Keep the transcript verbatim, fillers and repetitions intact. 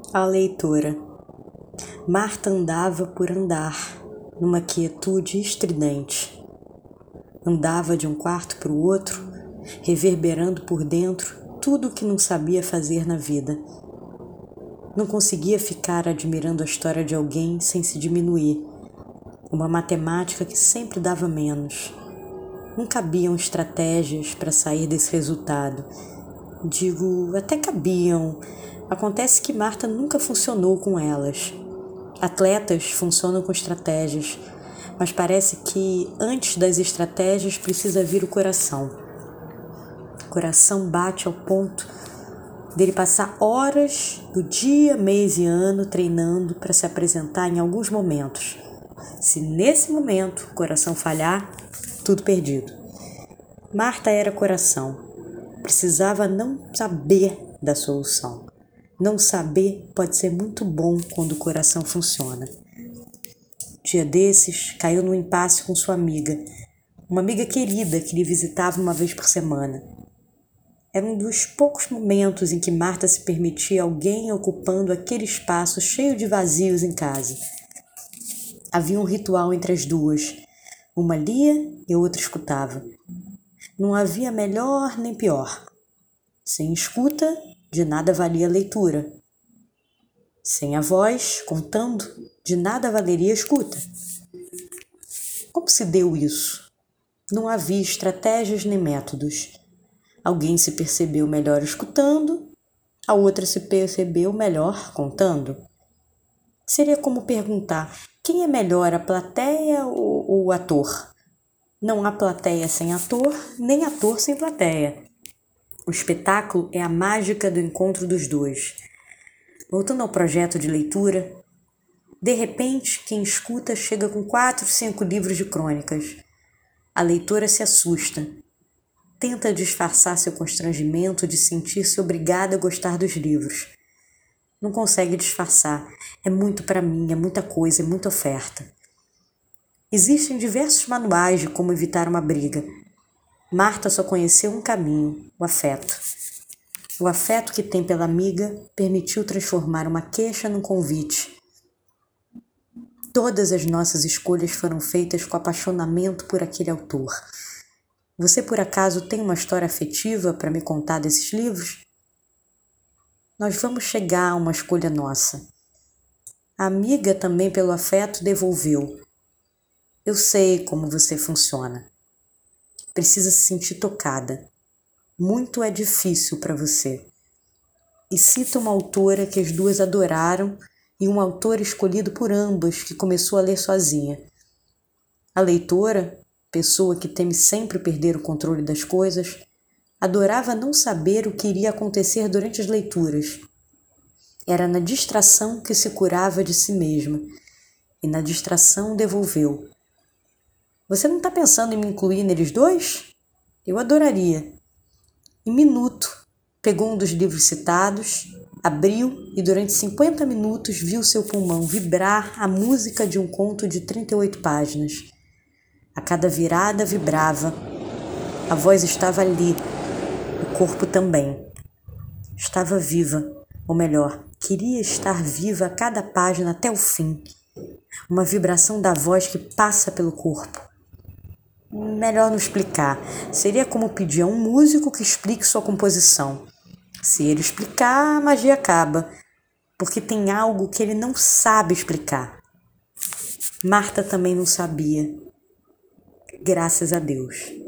A leitora. Marta andava por andar, numa quietude estridente. Andava de um quarto para o outro, reverberando por dentro tudo o que não sabia fazer na vida. Não conseguia ficar admirando a história de alguém sem se diminuir. Uma matemática que sempre dava menos. Não cabiam estratégias para sair desse resultado. Digo, até cabiam. Acontece que Marta nunca funcionou com elas. Atletas funcionam com estratégias, mas parece que antes das estratégias precisa vir o coração. O coração bate ao ponto dele passar horas do dia, mês e ano treinando para se apresentar em alguns momentos. Se nesse momento o coração falhar, tudo perdido. Marta era coração. Precisava não saber da solução. Não saber pode ser muito bom quando o coração funciona. Dia desses, caiu num impasse com sua amiga, uma amiga querida que lhe visitava uma vez por semana. Era um dos poucos momentos em que Marta se permitia alguém ocupando aquele espaço cheio de vazios em casa. Havia um ritual entre as duas. Uma lia e a outra escutava. Não havia melhor nem pior. Sem escuta, de nada valia a leitura. Sem a voz, contando, de nada valeria a escuta. Como se deu isso? Não havia estratégias nem métodos. Alguém se percebeu melhor escutando, a outra se percebeu melhor contando. Seria como perguntar, quem é melhor, a plateia ou, ou o ator? Não há plateia sem ator, nem ator sem plateia. O espetáculo é a mágica do encontro dos dois. Voltando ao projeto de leitura, de repente, quem escuta chega com quatro, cinco livros de crônicas. A leitora se assusta. Tenta disfarçar seu constrangimento de sentir-se obrigada a gostar dos livros. Não consegue disfarçar. É muito para mim, é muita coisa, é muita oferta. Existem diversos manuais de como evitar uma briga. Marta só conheceu um caminho, o afeto. O afeto que tem pela amiga permitiu transformar uma queixa num convite. Todas as nossas escolhas foram feitas com apaixonamento por aquele autor. Você, por acaso, tem uma história afetiva para me contar desses livros? Nós vamos chegar a uma escolha nossa. A amiga também, pelo afeto, devolveu. Eu sei como você funciona. Precisa se sentir tocada. Muito é difícil para você. E cita uma autora que as duas adoraram e um autor escolhido por ambas que começou a ler sozinha. A leitora, pessoa que teme sempre perder o controle das coisas, adorava não saber o que iria acontecer durante as leituras. Era na distração que se curava de si mesma e na distração devolveu. Você não está pensando em me incluir neles dois? Eu adoraria. Em minuto, pegou um dos livros citados, abriu e durante cinquenta minutos viu seu pulmão vibrar a música de um conto de trinta e oito páginas. A cada virada vibrava. A voz estava ali, o corpo também. Estava viva, ou melhor, queria estar viva a cada página até o fim. Uma vibração da voz que passa pelo corpo. Melhor não explicar. Seria como pedir a um músico que explique sua composição. Se ele explicar, a magia acaba, porque tem algo que ele não sabe explicar. Marta também não sabia. Graças a Deus.